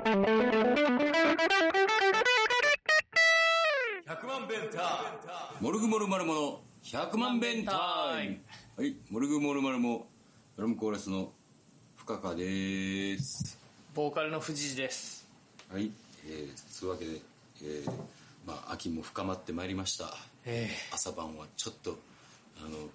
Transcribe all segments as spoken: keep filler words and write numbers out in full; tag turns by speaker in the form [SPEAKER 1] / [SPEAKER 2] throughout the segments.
[SPEAKER 1] ひゃくまん弁タイム、モルグモルマルモのひゃくまん弁タイム。はい、モルグモルマルモドラムコーラスの深川です。
[SPEAKER 2] ボーカルの藤井です。
[SPEAKER 1] はい、えー、そういうわけで、えー、まあ秋も深まってまいりました。えー、朝晩はちょっとあの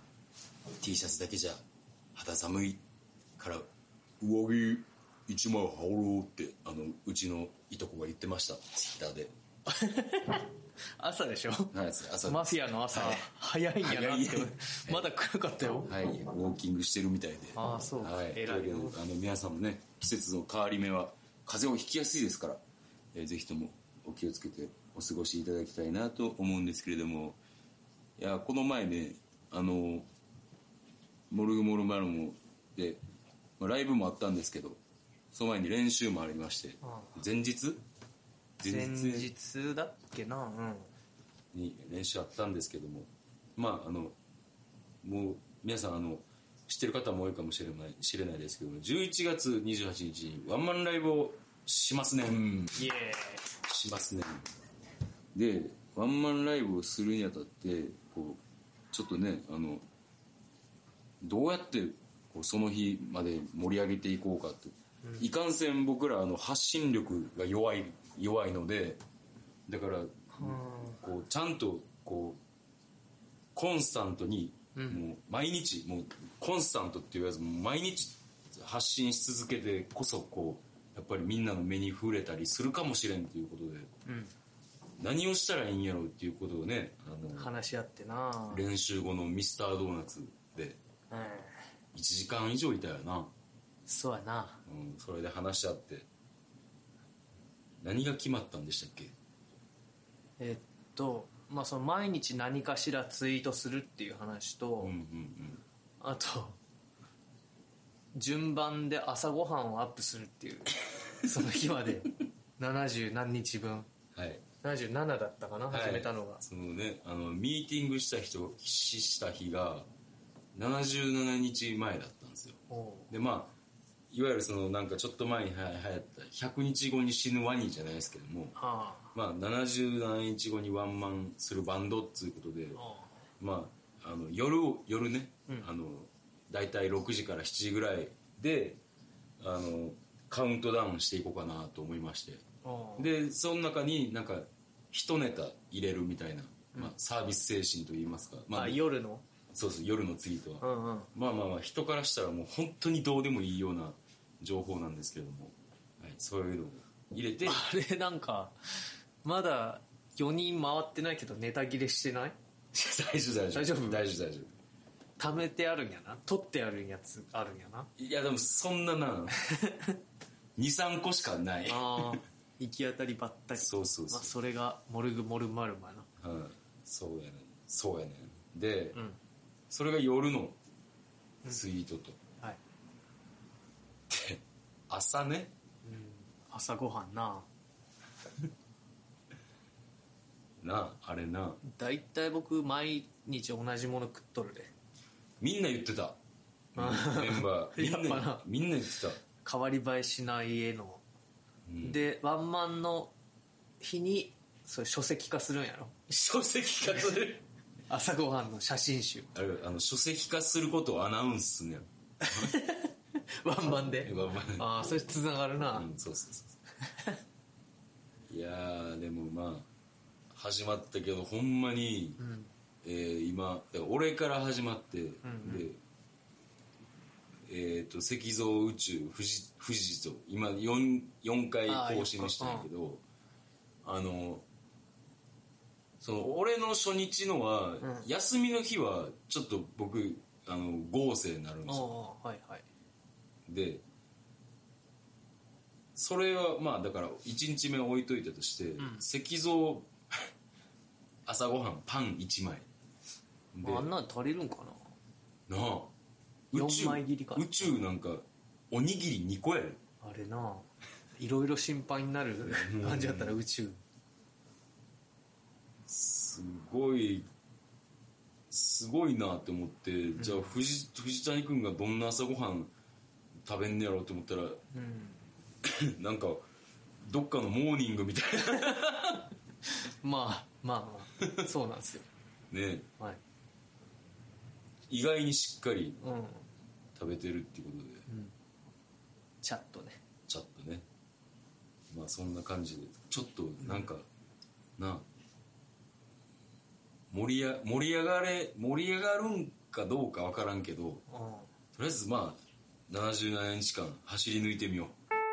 [SPEAKER 1] T シャツだけじゃ肌寒いから上着一枚羽織ろうってあのうちのいとこが言ってました、ツイッターで。
[SPEAKER 2] 朝でしょ、
[SPEAKER 1] はい、朝
[SPEAKER 2] マフィアの朝、はい、早いんやなってまだ暗かったよ。
[SPEAKER 1] はい、ウォーキングしてるみたいで。
[SPEAKER 2] ああそう、はい、
[SPEAKER 1] 偉いよ。あの皆さんもね、季節の変わり目は風邪をひきやすいですから、えー、ぜひともお気をつけてお過ごしいただきたいなと思うんですけれども、いやこの前ね、あのモルグモルマルモで、まあ、ライブもあったんですけど、その前に練習もありまして、ああ前日
[SPEAKER 2] 前日だっけな、うん、
[SPEAKER 1] に練習あったんですけども、まああのもう皆さんあの知ってる方も多いかもしれない知れないですけども、じゅういちがつにじゅうはちにちにワンマンライブをしますねん。イエーイしますねん。でワンマンライブをするにあたってこうちょっとね、あのどうやってこうその日まで盛り上げていこうかって、うん、いかんせん僕らあの発信力が弱い弱いので、だから、うん、こうちゃんとこうコンスタントに、うん、もう毎日もうコンスタントっていうやつも毎日発信し続けてこそこうやっぱりみんなの目に触れたりするかもしれんということで、うん、何をしたらいいんやろうっていうことをね、あの
[SPEAKER 2] 話し合ってな、
[SPEAKER 1] 練習後のミスタードーナツでいちじかん以上いたよな。
[SPEAKER 2] そうやな、
[SPEAKER 1] うん、それで話し合って何が決まったんでしたっけ。
[SPEAKER 2] えっとまあその毎日何かしらツイートするっていう話と、うんうんうん、あと順番で朝ごはんをアップするっていうその日までななじゅうなんにちぶん、はい、ななじゅうななだったかな、はい、始めたのが。
[SPEAKER 1] そのね、あのミーティングした人した日がななじゅうななにちまえだったんですよ。でまあいわゆるそのなんかちょっと前に流行ったひゃくにちごに死ぬワニじゃないですけども、はあ、まあななじゅうななにちごにワンマンするバンドっていうことで、はあ、まああの夜夜ね、うん、あのだいたいろくじからしちじぐらいであのカウントダウンしていこうかなと思いまして、はあ、でその中になんか一ネタ入れるみたいな、うん、まあ、サービス精神といいますか、まあ、
[SPEAKER 2] あ夜の
[SPEAKER 1] そうそう夜のツイートは、うんうん、まあまあまあ人からしたらもう本当にどうでもいいような情報なんですけれども、はい、そういうのを入れて、
[SPEAKER 2] あれなんかまだよにん回ってないけどネタ切れしてない？
[SPEAKER 1] 大丈夫大丈夫大丈夫大丈夫大丈夫。
[SPEAKER 2] 貯めてあるんやな、取ってあるやつあるんやな。
[SPEAKER 1] いやでもそんななにさんこしかない。
[SPEAKER 2] ああ行き当たりばったり。
[SPEAKER 1] そうそうそう、
[SPEAKER 2] まあ、それがモルグモルマルマな、
[SPEAKER 1] はい、そうやねそうやねで、うん、それが夜のツイートと、うん、はいで朝ね、
[SPEAKER 2] うん、朝ごはんな
[SPEAKER 1] なあれな、
[SPEAKER 2] だいたい僕毎日同じもの食っとるで。
[SPEAKER 1] みんな言ってたメンバーみんなやっぱな、みんな言ってた
[SPEAKER 2] 変わり映えしない絵の、うん、でワンマンの日にそれ書籍化するんやろ。
[SPEAKER 1] 書籍化する
[SPEAKER 2] 朝ごはんの写真集、
[SPEAKER 1] あれあの書籍化することをアナウンスすんねや
[SPEAKER 2] ワンマンで
[SPEAKER 1] ワンマン
[SPEAKER 2] ああそれつながるな、
[SPEAKER 1] うん、そうそうそういやーでもまあ始まったけどほんまに、うん、えー、今俺から始まって、うんうん、でえっ、ー、と石像宇宙富士富士と今 4, 4回更新したんやけど、あ, あのその俺の初日のは、うん、休みの日はちょっと僕あの合成になるんですよ、はいはい、でそれはまあだからいちにちめ置いといたとして、うん、石像朝ごはんパンいちまい
[SPEAKER 2] であんなの足りるんかな。
[SPEAKER 1] なあ宇宙
[SPEAKER 2] よんまい切りか。
[SPEAKER 1] 宇宙なんかおにぎりにこやる
[SPEAKER 2] あれないろいろ心配になる感じだったら宇宙
[SPEAKER 1] すごいすごいなって思って、うん、じゃあ藤, 藤谷君がどんな朝ごはん食べんねやろうと思ったら、うん、なんかどっかのモーニングみたい
[SPEAKER 2] なまあまあまあそうなんですよ
[SPEAKER 1] ね、
[SPEAKER 2] はい、
[SPEAKER 1] 意外にしっかり食べてるっていうことで、
[SPEAKER 2] うん、チャッとね
[SPEAKER 1] チャッとね、まあそんな感じでちょっとなんか、うん、な盛りや盛り上がれ盛り上がるんかどうか分からんけど、うん、とりあえずまあななじゅうななにちかん走り抜いてみよう。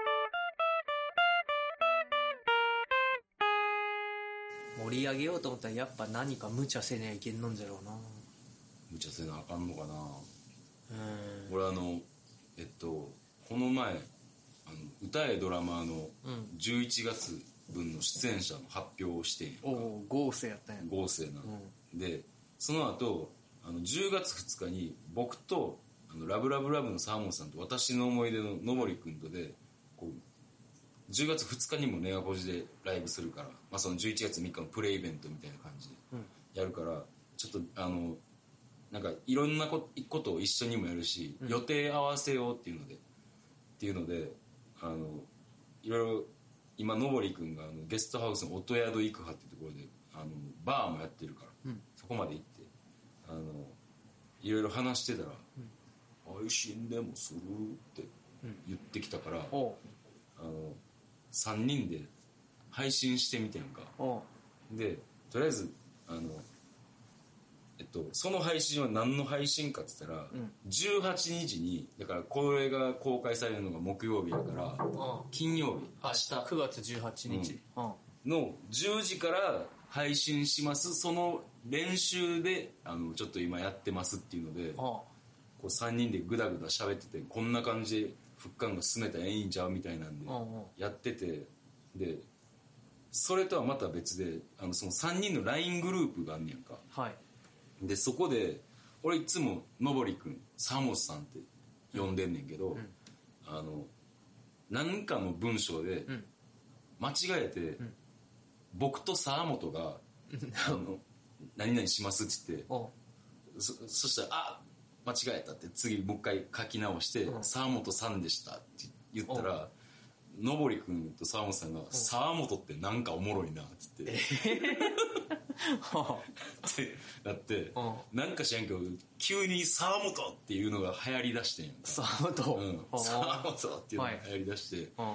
[SPEAKER 2] 盛り上げようと思ったらやっぱ何か無茶せねえいけんのんじゃろうな。
[SPEAKER 1] 無茶せなあかんのかな。
[SPEAKER 2] うん
[SPEAKER 1] 俺あのえっとこの前あの歌えドラマーのじゅういちがつぶんの出演者の発表をしてんやんか、
[SPEAKER 2] うん、お豪勢やったんや。
[SPEAKER 1] 豪勢な、うん、でその後あのじゅうがつふつかに僕とあのラブラブラブのサーモンさんと私の思い出ののぼりくんとでこうじゅうがつふつかにもネガポジでライブするから、まあ、そのじゅういちがつみっかのプレイベントみたいな感じでやるから、うん、ちょっとあのなんかいろんなことを一緒にもやるし、うん、予定合わせようっていうのでっていうのであのいろいろ今のぼりくんがあのゲストハウスの音宿いくはっていうところであのバーもやってるから、うん、そこまで行ってあのいろいろ話してたら、うん、配信でもするって言ってきたから、うん、あのさんにんで配信してみてんか。でとりあえずあのえっとその配信は何の配信かって言ったら、うん、じゅうはちにちにだからこれが公開されるのが木曜日だから、うん、金曜日
[SPEAKER 2] 明日くがつじゅうはちにち、
[SPEAKER 1] うん、のじゅうじから配信します。その練習であのちょっと今やってますっていうので、こうさんにんでグダグダ喋っててこんな感じで復刊が進めたらええんちゃうみたいなんでやってて、でそれとはまた別であのそのさんにんの ライン グループがあんねやんか、
[SPEAKER 2] はい、
[SPEAKER 1] でそこで俺いつものぼりくんサーモスさんって呼んでんねんけど、うん、あの何かの文章で間違えて、うん、僕と沢本があの何々しますって言ってそ, そしたらあ間違えたって次もう一回書き直して沢本さんでしたって言ったらのぼりくんと沢本さんが沢本ってなんかおもろいなって言って、えーってなってなんか知らんけど急に沢本っていうのが流行りだしてんやんか。
[SPEAKER 2] 沢本、
[SPEAKER 1] うん、沢本っていうのが流行りだして、はい、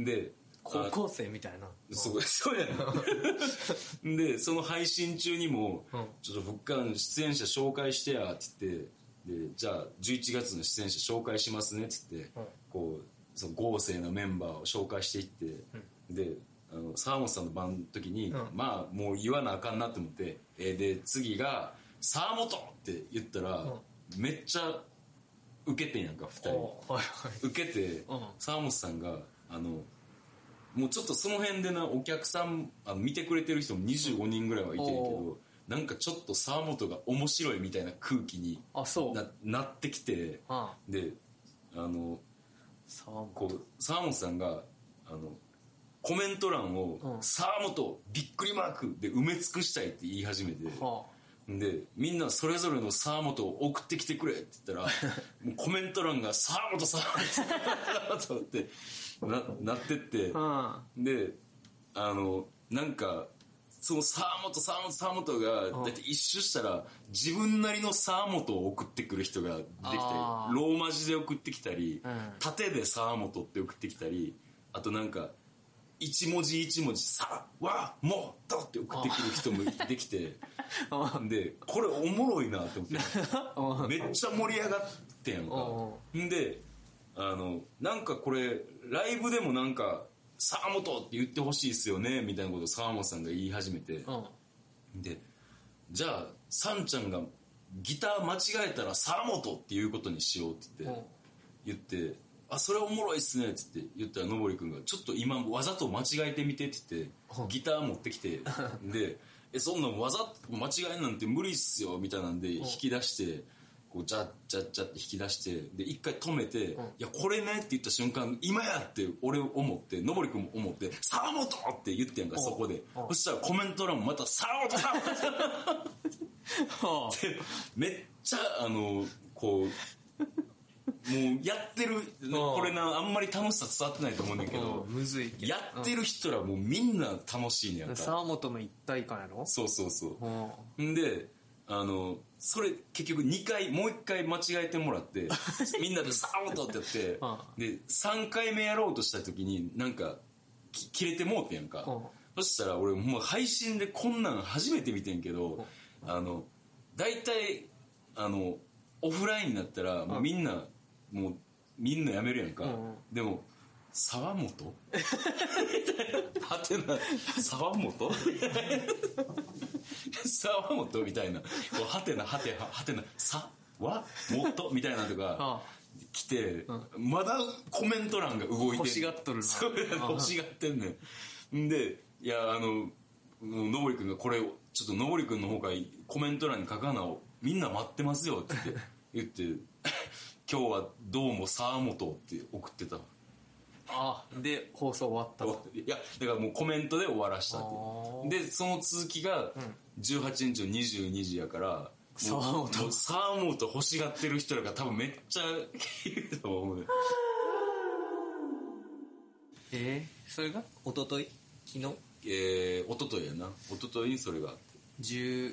[SPEAKER 1] で
[SPEAKER 2] 高校生みたいな
[SPEAKER 1] そうそうやなでその配信中にも、うん、ちょっと復刊出演者紹介してやって言ってでじゃあじゅういちがつの出演者紹介しますねって言って、うん、こうその豪勢なメンバーを紹介していって、うん、であの沢本さんの番の時に、うん、まあもう言わなあかんなと思って、えー、で次が沢本って言ったら、うん、めっちゃウケてんやんかふたり、はいはい、ウケて、うん、沢本さんがあのもうちょっとその辺でなお客さんあの見てくれてる人もにじゅうごにんぐらいはいてるけど、なんかちょっと沢本が面白いみたいな空気に な, なってきて、ああであのこう沢本さんがあのコメント欄を、うん、沢本びっくりマークで埋め尽くしたいって言い始めて、はあ、でみんなそれぞれの沢本を送ってきてくれって言ったらもうコメント欄が沢本沢本ってな, なってって、はあ、であのなんかその沢本沢本沢本がだいたい一周したら自分なりの沢本を送ってくる人ができたりローマ字で送ってきたり、うん、縦で沢本って送ってきたりあとなんか一文字一文字さわもっとって送ってくる人もできてでこれおもろいなって思ってめっちゃ盛り上がってやんかんであのなんかこれライブでもなんか沢本って言ってほしいっすよねみたいなことを沢本さんが言い始めて、うん、でじゃあさんちゃんがギター間違えたら沢本っていうことにしようって言って、うん、言ってあそれおもろいっすねって言ったらのぼりくんがちょっと今わざと間違えてみてって言って、うん、ギター持ってきてでえそんなんわざと間違えなんて無理っすよみたいなんで引き出してこうジャッジャッジャッって引き出してで一回止めて、うん、いやこれねって言った瞬間今やって俺思ってのぼりくんも思って沢本って言ってんかそこでそしたらコメント欄もまた沢本沢本ってめっちゃあのこううやってるこれなあんまり楽しさ伝わってないと思うねんだけど、
[SPEAKER 2] むずいけど
[SPEAKER 1] やってる人らもうみんな楽しいねやんか。
[SPEAKER 2] 沢本の一体感やろ。
[SPEAKER 1] そうそうそう。んであのそれ結局にかいもういっかい間違えてもらってみんなで沢本ってやってでさんかいめやろうとした時になんか切れてもうてやんか。そしたら俺もう配信でこんなん初めて見てんけど、あの大体あのオフラインになったらもうみんなもうみんなやめるやんか。でも沢本はてな沢本沢本みたいなはてなはてはてなさわもっとみたいなのが来て、うん、まだコメント欄が動いて
[SPEAKER 2] 欲しがっとるな。
[SPEAKER 1] そう欲しがってんねん。んでいやあののぼりくんがこれちょっとのぼりくんの方からコメント欄に書かなをみんな待ってますよって言って言って今日はどうも沢本って送ってた。
[SPEAKER 2] ああで放送終わったと。
[SPEAKER 1] いやだからもうコメントで終わらしたってでその続きがじゅうはちにちのにじゅうにじやから
[SPEAKER 2] 沢本
[SPEAKER 1] 沢本欲しがってる人らが多分めっちゃいると思う。
[SPEAKER 2] えー、それが一昨日昨日
[SPEAKER 1] えー、一昨日やな一昨日にそれがあって
[SPEAKER 2] じ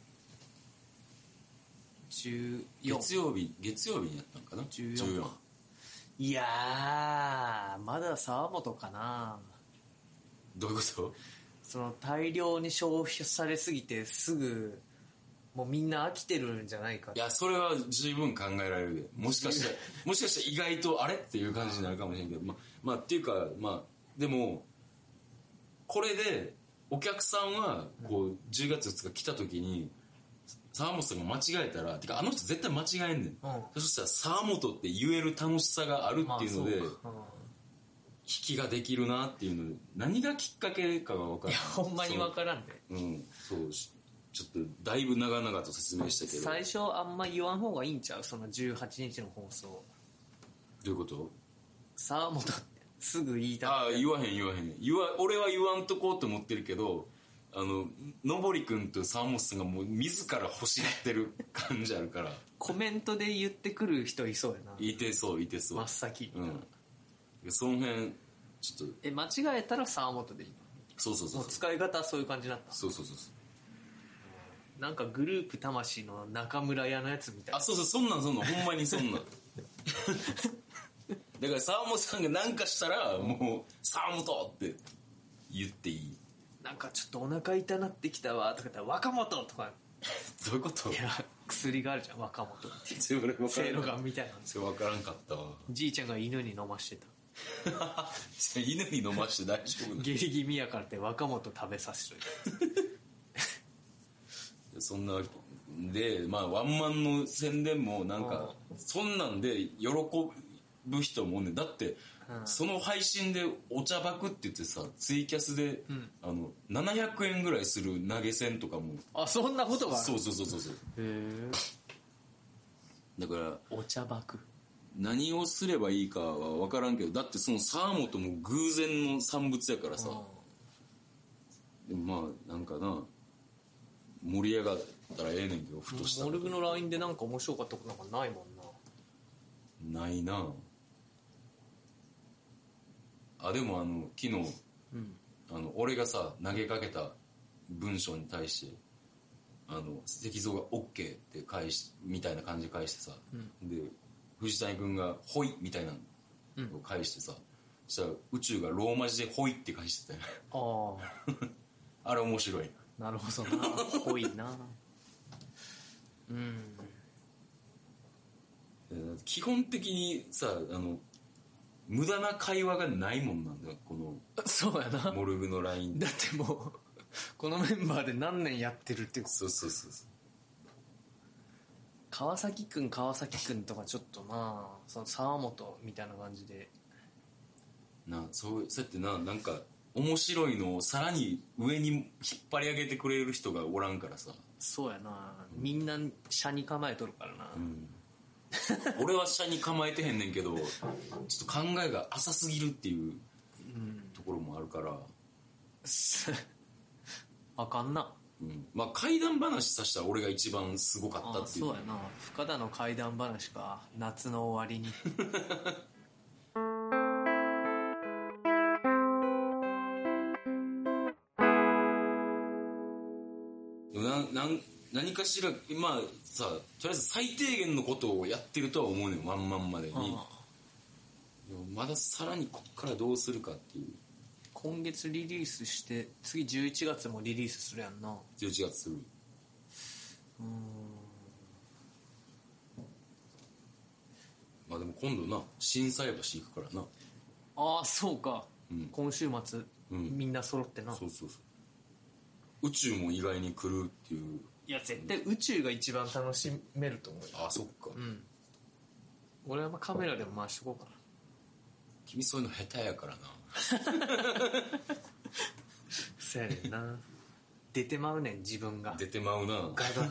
[SPEAKER 2] ゅうよん
[SPEAKER 1] 月曜日月曜日にやったんかな
[SPEAKER 2] じゅうよん。じゅうよんいやーまだ沢本かな。
[SPEAKER 1] どういうこと？
[SPEAKER 2] その大量に消費されすぎてすぐもうみんな飽きてるんじゃないか。
[SPEAKER 1] いやそれは十分考えられるでもしかしたらもしかしたら意外とあれっていう感じになるかもしれんけどまあ、まあ、っていうかまあでもこれでお客さんはこうじゅうがつふつか来た時に沢本さんが間違えたらてかあの人絶対間違えんねん、うん、そしたら沢本って言える楽しさがあるっていうので、まあうん、引きができるなっていうので何がきっかけかが分からない。いや
[SPEAKER 2] ほんまに分からんで、
[SPEAKER 1] うんそうちょっとだいぶ長々と説明したけど
[SPEAKER 2] 最初あんま言わん方がいいんちゃうそのじゅうはちにちの放送。ど
[SPEAKER 1] ういうこと？
[SPEAKER 2] 沢本ってすぐ言いた
[SPEAKER 1] ああ言わへん言わへん言わ俺は言わんとこうと思ってるけどあののぼりくんと沢本さんがもう自ら欲しがってる感じあるから
[SPEAKER 2] コメントで言ってくる人いそうやな。
[SPEAKER 1] いてそういてそう
[SPEAKER 2] 真っ先、
[SPEAKER 1] うん、その辺ちょっと
[SPEAKER 2] え間違えたら沢本でいいの？
[SPEAKER 1] そうそうそうそう
[SPEAKER 2] もう使い方はそういう感じになった。
[SPEAKER 1] そうそうそうそう
[SPEAKER 2] なんかグループ魂の中村屋のやつみたいな。
[SPEAKER 1] あそうそうそんなんそんなんほんまにそんなんだから沢本さんが何かしたらもう沢本って言っていい。
[SPEAKER 2] なんかちょっとお腹痛なってきたわとか言ったら若本とか
[SPEAKER 1] どういうこと？
[SPEAKER 2] いや薬があるじゃん若本ってせいろがんみたいな。
[SPEAKER 1] それ分からんかったわ。
[SPEAKER 2] じいちゃんが犬に飲ましてた
[SPEAKER 1] 犬に飲まして大丈夫なの？
[SPEAKER 2] 下痢気味やからって若本食べさせといて
[SPEAKER 1] そんなでまあワンマンの宣伝もなんかそんなんで喜ぶ人もねだって、うん、その配信でお茶爆って言ってさツイキャスで、うん、あのななひゃくえんぐらいする投げ銭とかも
[SPEAKER 2] あそんなことがある。
[SPEAKER 1] そうそうそうそうそうへえだから
[SPEAKER 2] お茶爆
[SPEAKER 1] 何をすればいいかは分からんけどだってその沢本も偶然の産物やからさ、うん、でもまあなんかな盛り上がったらええねんけどふとした
[SPEAKER 2] モルグの ライン でなんか面白かったことなんかないも
[SPEAKER 1] んな。ないなあ。でもあの昨日、うん、あの俺がさ投げかけた文章に対してあの石像が OK って返しみたいな感じで返してさ、うん、で藤谷君がホイみたいなのを返してさ、うん、そしたら宇宙がローマ字でホイって返してたよあああれ面白い
[SPEAKER 2] なるほどな濃いなうん
[SPEAKER 1] 基本的にさあの無駄な会話がないもんなんだこの
[SPEAKER 2] そうやな
[SPEAKER 1] モルグの ライン
[SPEAKER 2] だってもうこのメンバーで何年やってるってこと
[SPEAKER 1] そうそうそうそう
[SPEAKER 2] 川崎くん川崎くんとかちょっとなその沢本みたいな感じで
[SPEAKER 1] なそうそうやってななんか面白いのをさらに上に引っ張り上げてくれる人がおらんからさ
[SPEAKER 2] そうやな、うん、みんな車に構えとるからな、うん、
[SPEAKER 1] 俺は車に構えてへんねんけどちょっと考えが浅すぎるっていうところもあるから、うん、
[SPEAKER 2] あかんな
[SPEAKER 1] うん、まあ怪談話させたら俺が一番すごかったっていう。
[SPEAKER 2] ああそうやな、深田の怪談話か、夏の終わりに
[SPEAKER 1] ななん何かしらまあさ、とりあえず最低限のことをやってるとは思うねん、ワンマンまでに。でもまださらにこっからどうするかっていう。
[SPEAKER 2] 今月リリースして次じゅういちがつもリリースするやんな。
[SPEAKER 1] じゅういちがつする。
[SPEAKER 2] うーん、
[SPEAKER 1] まあでも今度な心斎橋行くからな。
[SPEAKER 2] ああそうか、うん、今週末、うん、みんな揃ってな。
[SPEAKER 1] そうそうそう、宇宙も意外に来るっていう。
[SPEAKER 2] いや絶対宇宙が一番楽しめると思うよ。
[SPEAKER 1] ああそっか、
[SPEAKER 2] うん、俺はまあカメラでも回しとこうかな。
[SPEAKER 1] 君そういうの下手やからな
[SPEAKER 2] そうやねんな、出てまうねん自分が。
[SPEAKER 1] 出てまうな
[SPEAKER 2] ガが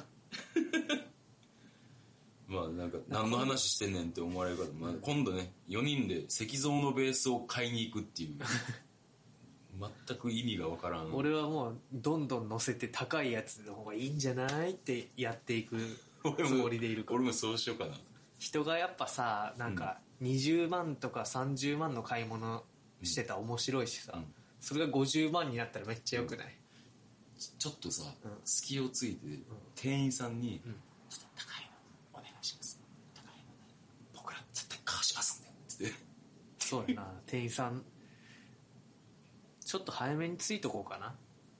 [SPEAKER 1] まあなんか何の話してんねんって思われるから、まあ、今度ねよにんで石像のベースを買いに行くっていう全く意味がわからん。
[SPEAKER 2] 俺はもうどんどん乗せて高いやつの方がいいんじゃないってやっていくつもりでいるから。
[SPEAKER 1] 俺もそうしようかな。
[SPEAKER 2] 人がやっぱさなんかにじゅうまんとかさんじゅうまんの買い物してたら面白いしさ、うん、それがごじゅうまんになったらめっちゃよくない？
[SPEAKER 1] うん、ち, ちょっとさ、うん、隙をついて、うん、店員さんに、うん、ちょっと高いのお願いします、高いのね僕ら絶対貸しますんでつって
[SPEAKER 2] そうやな店員さんちょっと早めについとこうかな。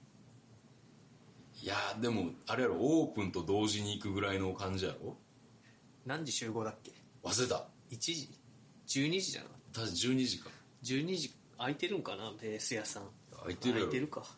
[SPEAKER 1] いやでもあれやろ、オープンと同時に行くぐらいの感じやろ。
[SPEAKER 2] 何時集合だっけ？
[SPEAKER 1] 忘れた。
[SPEAKER 2] いちじじゅうにじじゃなかった？
[SPEAKER 1] 確かじゅうにじか。
[SPEAKER 2] じゅうにじ空いてるんかな、ベース屋さん。
[SPEAKER 1] 空いてるやろ。
[SPEAKER 2] 空いてるか。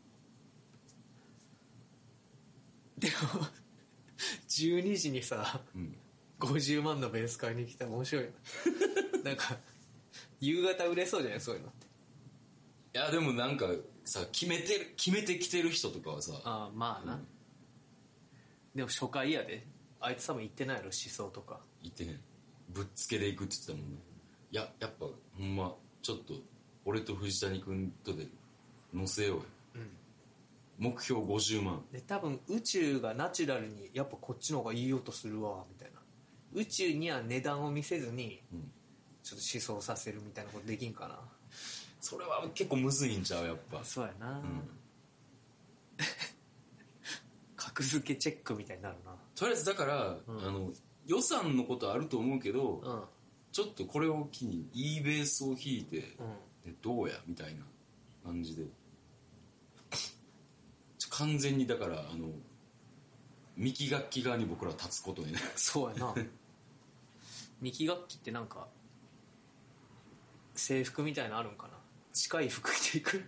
[SPEAKER 2] でもじゅうにじにさ、うん、ごじゅうまんのベース買いに来たら面白いななんか夕方売れそうじゃないそういうのって。
[SPEAKER 1] いやでもなんかさ決めてる決めてきてる人とかはさ、
[SPEAKER 2] ああまあな、うん、でも初回やで、あいつ多分行ってないやろ思想とか。
[SPEAKER 1] 行ってへん、ぶっつけで行くって言ってたもんね。いややっぱほんまちょっと俺と藤谷君とで乗せようよ、うん、目標ごじゅうまん
[SPEAKER 2] で多分宇宙がナチュラルにやっぱこっちの方がいい音するわみたいな、宇宙には値段を見せずに、うん、ちょっと思想させるみたいなことできんかな。
[SPEAKER 1] それは結構むずいんちゃうやっぱ。
[SPEAKER 2] そうやな、うん、格付けチェックみたいになるな。
[SPEAKER 1] とりあえずだから、うん、あの予算のことあると思うけど、うん、ちょっとこれを機にいいベースを弾いて、うん、でどうやみたいな感じで完全にだからあの幹楽器側に僕ら立つことになる。
[SPEAKER 2] そうやな幹楽器ってなんか制服みたいなのあるんかな、近い服着ていく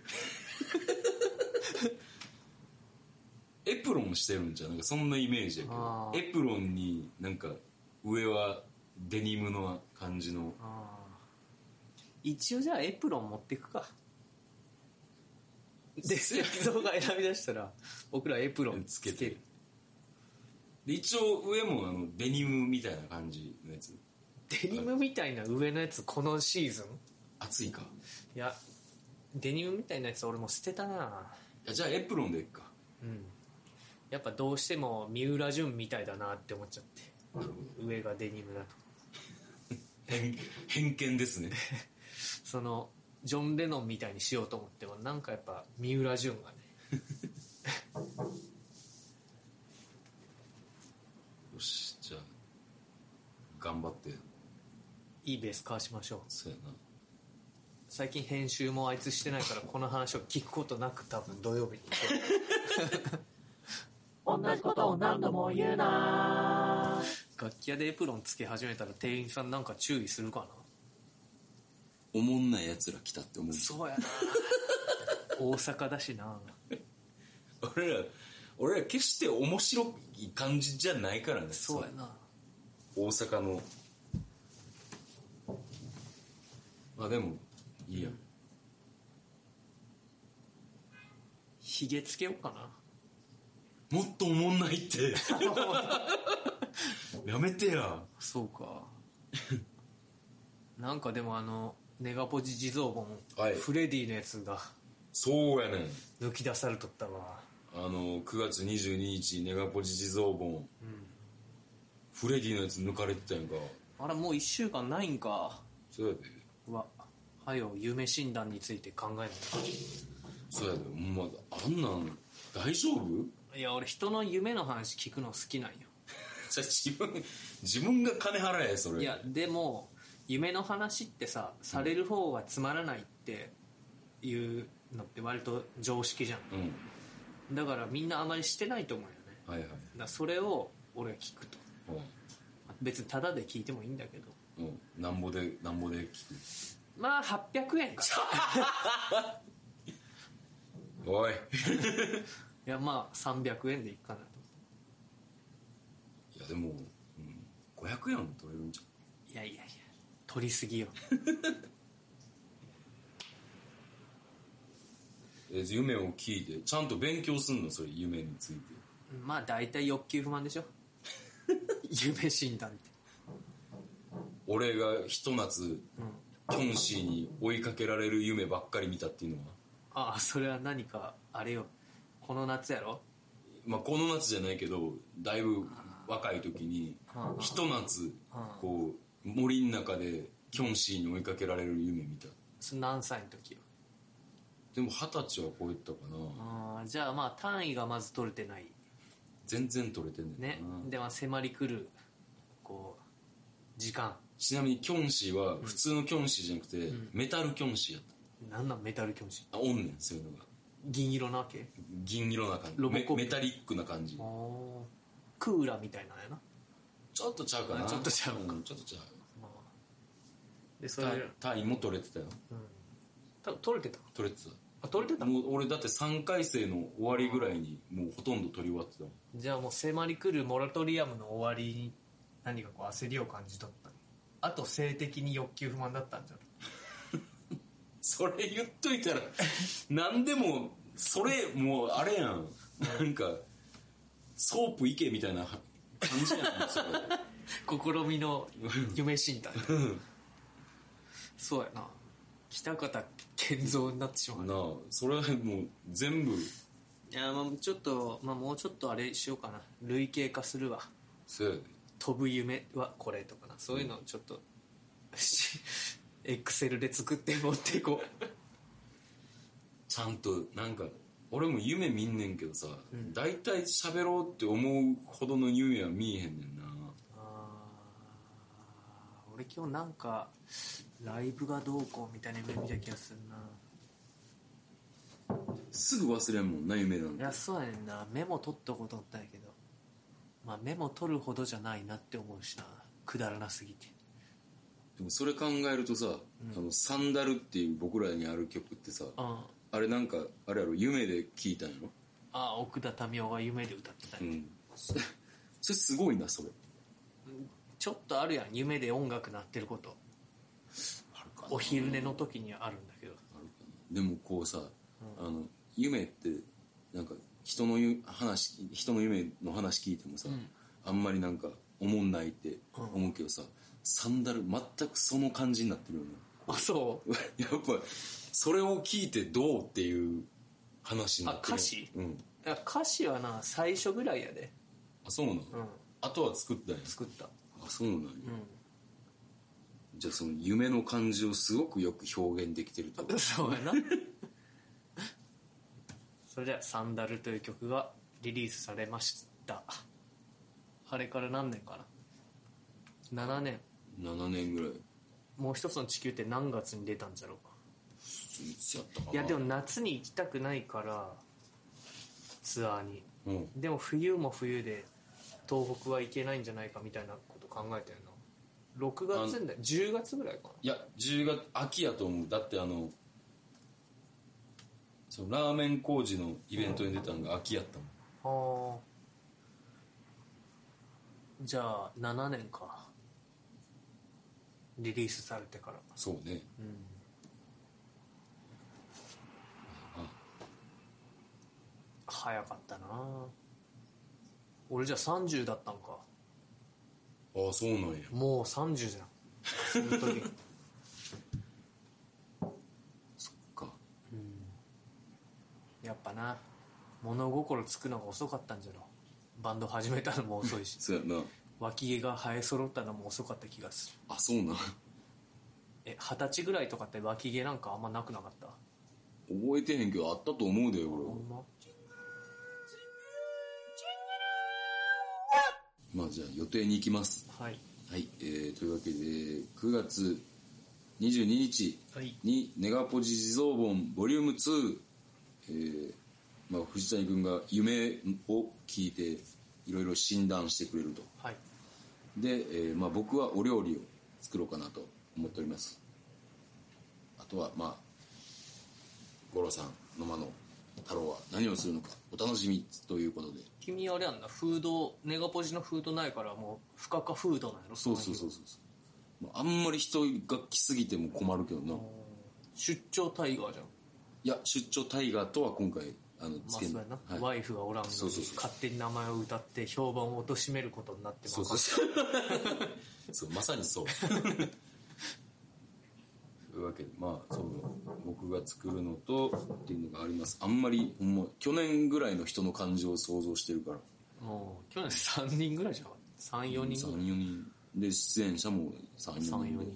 [SPEAKER 1] エプロンしてるんじゃん、なんかそんなイメージやけど、エプロンになんか上はデニムの感じの。あ
[SPEAKER 2] 一応じゃあエプロン持っていくか。で石像が選び出したら僕らエプロンつけてる。
[SPEAKER 1] で一応上もあのデニムみたいな感じのやつ。
[SPEAKER 2] デニムみたいな上のやつこのシーズン
[SPEAKER 1] 暑いか。
[SPEAKER 2] いやデニムみたいなやつ俺も捨てたな。い
[SPEAKER 1] やじゃあエプロンでいっか。
[SPEAKER 2] うん、やっぱどうしても三浦淳みたいだなって思っちゃって、上がデニムだと
[SPEAKER 1] 偏, 偏見ですね
[SPEAKER 2] そのジョン・レノンみたいにしようと思ってもなんかやっぱ三浦淳がね
[SPEAKER 1] よしじゃあ頑張って
[SPEAKER 2] いいベース買わしましょう。
[SPEAKER 1] そうやな。
[SPEAKER 2] 最近編集もあいつしてないからこの話を聞くことなく多分土曜日に
[SPEAKER 3] 同じことを何度も言うな。
[SPEAKER 2] 楽器屋でエプロンつけ始めたら店員さんなんか注意するかな。
[SPEAKER 1] おもんないやつら来たって思う。
[SPEAKER 2] そうやな大阪だしな
[SPEAKER 1] 俺ら俺ら決して面白い感じじゃないからね。
[SPEAKER 2] そうやな。
[SPEAKER 1] 大阪のまあでもいいや、うん、
[SPEAKER 2] ひげつけようかな。
[SPEAKER 1] もっとおもんないってやめてや。
[SPEAKER 2] そうかなんかでもあのネガポジ地蔵盆、はい、フレディのやつが
[SPEAKER 1] そうやねん
[SPEAKER 2] 抜き出されとったわ。
[SPEAKER 1] あのくがつにじゅうににちネガポジ地蔵盆、うん、フレディのやつ抜かれてたやんか。
[SPEAKER 2] あらもういっしゅうかんないんか。
[SPEAKER 1] そうやで。
[SPEAKER 2] うわはよ夢診断について考えない。
[SPEAKER 1] そうやで。ほんまあんなん大丈夫？
[SPEAKER 2] いや俺人の夢の話聞くの好きなんよ。
[SPEAKER 1] じゃ自分自分が金払えそれ。
[SPEAKER 2] いやでも夢の話ってさされる方がつまらないっていうのって割と常識じゃん、うん、だからみんなあまりしてないと思うよね。
[SPEAKER 1] はいはい。
[SPEAKER 2] だからそれを俺が聞くと、うん、別にタダで聞いてもいいんだけど、
[SPEAKER 1] うん、なんぼでなんぼで聞く。
[SPEAKER 2] まあはっぴゃくえんか
[SPEAKER 1] おい
[SPEAKER 2] いやまあさんびゃくえんでいいかなと。
[SPEAKER 1] いやでも、うん、ごひゃくえん取れるんじゃん。
[SPEAKER 2] いやいやいや取りすぎよ
[SPEAKER 1] え夢を聞いてちゃんと勉強すんのそれ夢について。
[SPEAKER 2] まあ大体欲求不満でしょ夢診断って。
[SPEAKER 1] 俺がひと夏、うん、キョンシーに追いかけられる夢ばっかり見たっていうのは。
[SPEAKER 2] ああそれは何かあれよこの夏やろ。
[SPEAKER 1] まあこの夏じゃないけどだいぶ若い時にひと夏こう森の中でキョンシーに追いかけられる夢見た。
[SPEAKER 2] それ何歳の時よ。
[SPEAKER 1] でも二十歳は超えたか
[SPEAKER 2] なあ。じゃあまあ単位がまず取れてない。
[SPEAKER 1] 全然取れてんねんな、
[SPEAKER 2] ね、では迫り来るこう時間。
[SPEAKER 1] ちなみにキョンシーは普通のキョンシーじゃなくて、うん、メタルキョンシーやった。
[SPEAKER 2] なんなんメタルキョンシー。
[SPEAKER 1] あおんねんそういうのが。
[SPEAKER 2] 銀色なわけ。
[SPEAKER 1] 銀色な感じ。ロボコップ メ, メタリックな感じ。
[SPEAKER 2] クーラーみたいなんやな。
[SPEAKER 1] ちょっとちゃうかな。
[SPEAKER 2] ちょっとちゃうか、
[SPEAKER 1] うん、ちょっとちゃう、まあ、
[SPEAKER 2] でそれ
[SPEAKER 1] 単位も取れてたよ、
[SPEAKER 2] うん、た取れてた
[SPEAKER 1] 取れてた。
[SPEAKER 2] あ取れてた。
[SPEAKER 1] もう俺だってさんかい生の終わりぐらいにもうほとんど取り終わってた。
[SPEAKER 2] じゃあもう迫り来るモラトリアムの終わりに何かこう焦りを感じ取った。あと性的に欲求不満だったんじゃん
[SPEAKER 1] それ言っといたら何でもそれもうあれやんなんかソープいけみたいな感じやんそれ
[SPEAKER 2] 試みの夢診断そうやな。北方健三になってしまう
[SPEAKER 1] なあ。それはもう全部。い
[SPEAKER 2] やまあちょっと、まあ、もうちょっとあれしようかな。類型化するわ。
[SPEAKER 1] そうやで。
[SPEAKER 2] 飛ぶ夢はこれとかな。そういうのをちょっと、うん、エクセルで作って持っていこう
[SPEAKER 1] ちゃんとなんか俺も夢見んねんけどさ、うん、だいたい喋ろうって思うほどの夢は見えへんねんな。
[SPEAKER 2] あ俺今日なんかライブがどうこうみたいな夢見た気がする
[SPEAKER 1] な。すぐ忘れんもんな夢なんて。
[SPEAKER 2] いやそうやねんな。メモ取っとこうと思ったんやけど、まあメモ取るほどじゃないなって思うしな。くだらなすぎて。
[SPEAKER 1] でもそれ考えるとさ、うん、あのサンダルっていう僕らにある曲ってさ、うん、あれなんかあれやろ夢で聴いたんやろ。
[SPEAKER 2] ああ奥田民生が夢で歌ってたんや、うん、
[SPEAKER 1] それそれすごいなそれ。
[SPEAKER 2] ちょっとあるやん夢で音楽鳴ってること。あるかな。お昼寝の時にはあるんだけど。あるか
[SPEAKER 1] な。でもこうさ、うん、あの夢ってなんか人の話人の夢の話聞いてもさ、うん、あんまりなんかおもんないって思うけどさ、うん、サンダル全くその感じになってるよね。
[SPEAKER 2] あそう
[SPEAKER 1] やっぱそれを聞いてどうっていう話になってる。
[SPEAKER 2] あ歌詞、
[SPEAKER 1] うん、い
[SPEAKER 2] や歌詞はな最初ぐらいやで。
[SPEAKER 1] あそうなの、うん、あとは作ったんや。
[SPEAKER 2] 作った。
[SPEAKER 1] あそうなんや、うん、じゃあその夢の感じをすごくよく表現できてると
[SPEAKER 2] そうやなそれではサンダルという曲がリリースされました。あれから何年かな。ななねん。
[SPEAKER 1] ななねんぐらい。
[SPEAKER 2] もう一つの地球って何月に出たんじゃろうか。
[SPEAKER 1] いつやったかな。
[SPEAKER 2] いやでも夏に行きたくないからツアーに、うん、でも冬も冬で東北は行けないんじゃないかみたいなこと考えたよな。ろくがつだよ。じゅうがつぐらいかな。
[SPEAKER 1] いやじゅうがつ秋やと思う。だってあのそのラーメン工事のイベントに出たのが秋やったもん、
[SPEAKER 2] はあじゃあななねんかリリースされてから。
[SPEAKER 1] そうね、うん、あ
[SPEAKER 2] 早かったな。俺じゃあさんじゅうだったんか。
[SPEAKER 1] ああそうなんや。
[SPEAKER 2] もうさんじゅうじゃんその時
[SPEAKER 1] そっか、
[SPEAKER 2] うん、やっぱな物心つくのが遅かったんじゃろ。バンド始めたのも遅いし
[SPEAKER 1] そうやな。
[SPEAKER 2] 脇毛が生え揃ったのも遅かった気がする。
[SPEAKER 1] あ、そうな。
[SPEAKER 2] え、二十歳ぐらいとかって脇毛なんかあんまなくなかった？
[SPEAKER 1] 覚えてへんけどあったと思うで俺。
[SPEAKER 2] ほんま？
[SPEAKER 1] まあじゃあ予定に行きます。
[SPEAKER 2] はい。
[SPEAKER 1] はい、えー、というわけでくがつにじゅうににちにネガポジ地蔵盆ボリュームツー、えーまあ、藤谷君が夢を聞いていろいろ診断してくれると。
[SPEAKER 2] はい。
[SPEAKER 1] で、えーまあ、僕はお料理を作ろうかなと思っております。あとはまあ五郎さん野間の太郎は何をするのかお楽しみということで。
[SPEAKER 2] 君あれやんな、フード、ネガポジのフードないからもう不可かフードなんやろ。
[SPEAKER 1] そうそうそうそう、まあ、あんまり人が来すぎても困るけどな。
[SPEAKER 2] 出張タイガーじゃん。
[SPEAKER 1] いや出張タイガーとは今回あのつけん、
[SPEAKER 2] まあそうやな、
[SPEAKER 1] はい、
[SPEAKER 2] ワイフがおらんのに
[SPEAKER 1] そうそうそう
[SPEAKER 2] 勝手に名前を歌って評判を貶めることになってます。
[SPEAKER 1] そうそうそうそうまさにそうというわけでまあその僕が作るのとっていうのがあります。あんまりほんま去年ぐらいの人の感情を想像してるから。
[SPEAKER 2] もう去年さんにんぐらいじゃん。さん、よにんぐらい。
[SPEAKER 1] さん、よにんで出演者もさん、よにんで、さん、よにん、ま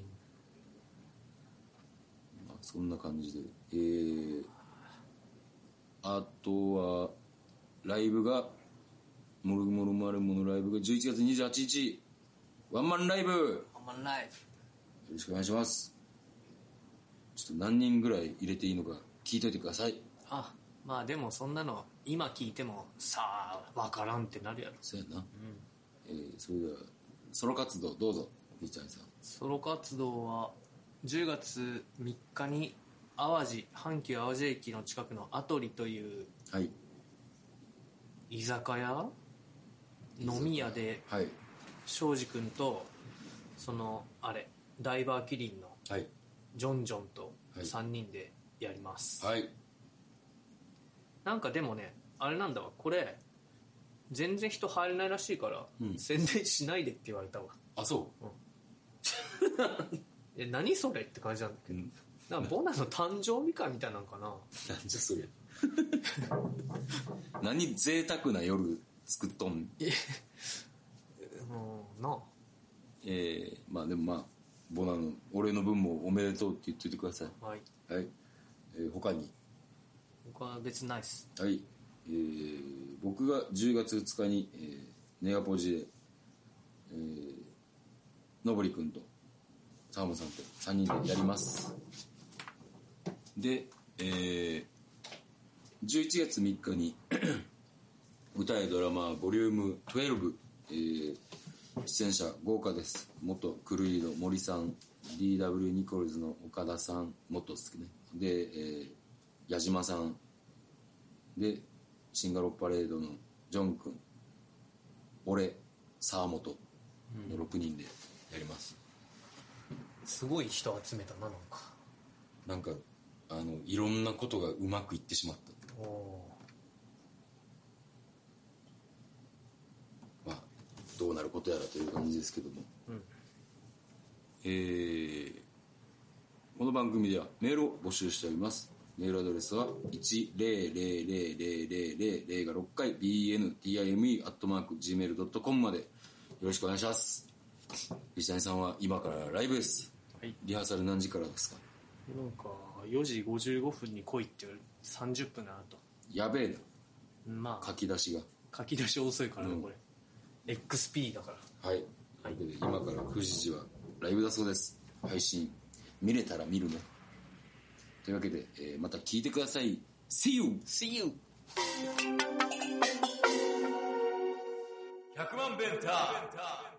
[SPEAKER 1] あ、そんな感じでえー、あとはライブがモルグモルマルモのライブがじゅういちがつにじゅうはちにちワンマンライブ。
[SPEAKER 2] ワンマンライブよ
[SPEAKER 1] ろしくお願いします。ちょっと何人ぐらい入れていいのか聞いといてください。
[SPEAKER 2] あ、まあでもそんなの今聞いてもさあ分からんってなるやろ。
[SPEAKER 1] そうやな、
[SPEAKER 2] うん。
[SPEAKER 1] えー、それではソロ活動どうぞ。ピーちゃんさん。
[SPEAKER 2] ソロ活動はじゅうがつみっかに淡路阪急淡路駅の近くのアトリという
[SPEAKER 1] はい
[SPEAKER 2] 居酒屋飲み屋で
[SPEAKER 1] はい
[SPEAKER 2] 庄司君とそのあれダイバーキリンの
[SPEAKER 1] はい
[SPEAKER 2] ジョンジョンとさんにんでやります、
[SPEAKER 1] はい。
[SPEAKER 2] なんかでもねあれなんだわ、これ全然人入れないらしいから、うん、宣伝しないでって言われたわ。
[SPEAKER 1] あ、そう、
[SPEAKER 2] うん、え何それって感じなんだけど、うん、なんかボナの誕生日会みたいなのかな。
[SPEAKER 1] なんじゃそれ何贅沢な夜作っとん。
[SPEAKER 2] えもうなあ
[SPEAKER 1] えー、まあでもまあボナの俺の分もおめでとうって言っといてください。
[SPEAKER 2] はい、
[SPEAKER 1] はいえー、他に
[SPEAKER 2] 僕は別にないっす。
[SPEAKER 1] はい、えー、僕がじゅうがつふつかに、えー、ネガポジで、えー、のぼりくんとサーモンさんとさんにんでやります。で、えー、じゅういちがつみっかに歌えドラマボリュームじゅうに、えー、出演者豪華です。元クルイード森さん、 ディーダブリュー ニコルズの岡田さん、元好きねで、えー、矢島さんでシンガロパレードのジョン君、俺、沢本のろくにんでやります、
[SPEAKER 2] うん、すごい人集めたな。なんか
[SPEAKER 1] なんかあのいろんなことがうまくいってしまった。
[SPEAKER 2] お
[SPEAKER 1] まあどうなることやらという感じですけども、うん、えー、この番組ではメールを募集しております。メールアドレスはいちまるまるまるまるまるがろっかい ビーエヌティーアイエムイー アットマーク ジーメールドットコム までよろしくお願いします。石谷さんは今からライブです、はい、リハーサル何時からですか？
[SPEAKER 2] なんかよじごじゅうごふんに来いって言われてさんじゅっぷんだなと。
[SPEAKER 1] やべえな、
[SPEAKER 2] まあ、
[SPEAKER 1] 書き出しが
[SPEAKER 2] 書き出し遅いからね、うん、これ エックスピー だからはい、
[SPEAKER 1] はい、というわけで今からくじはライブだそうです。配信見れたら見るねというわけで、えー、また聞いてください。 See you!
[SPEAKER 2] See you!
[SPEAKER 1] ひゃくまんベンター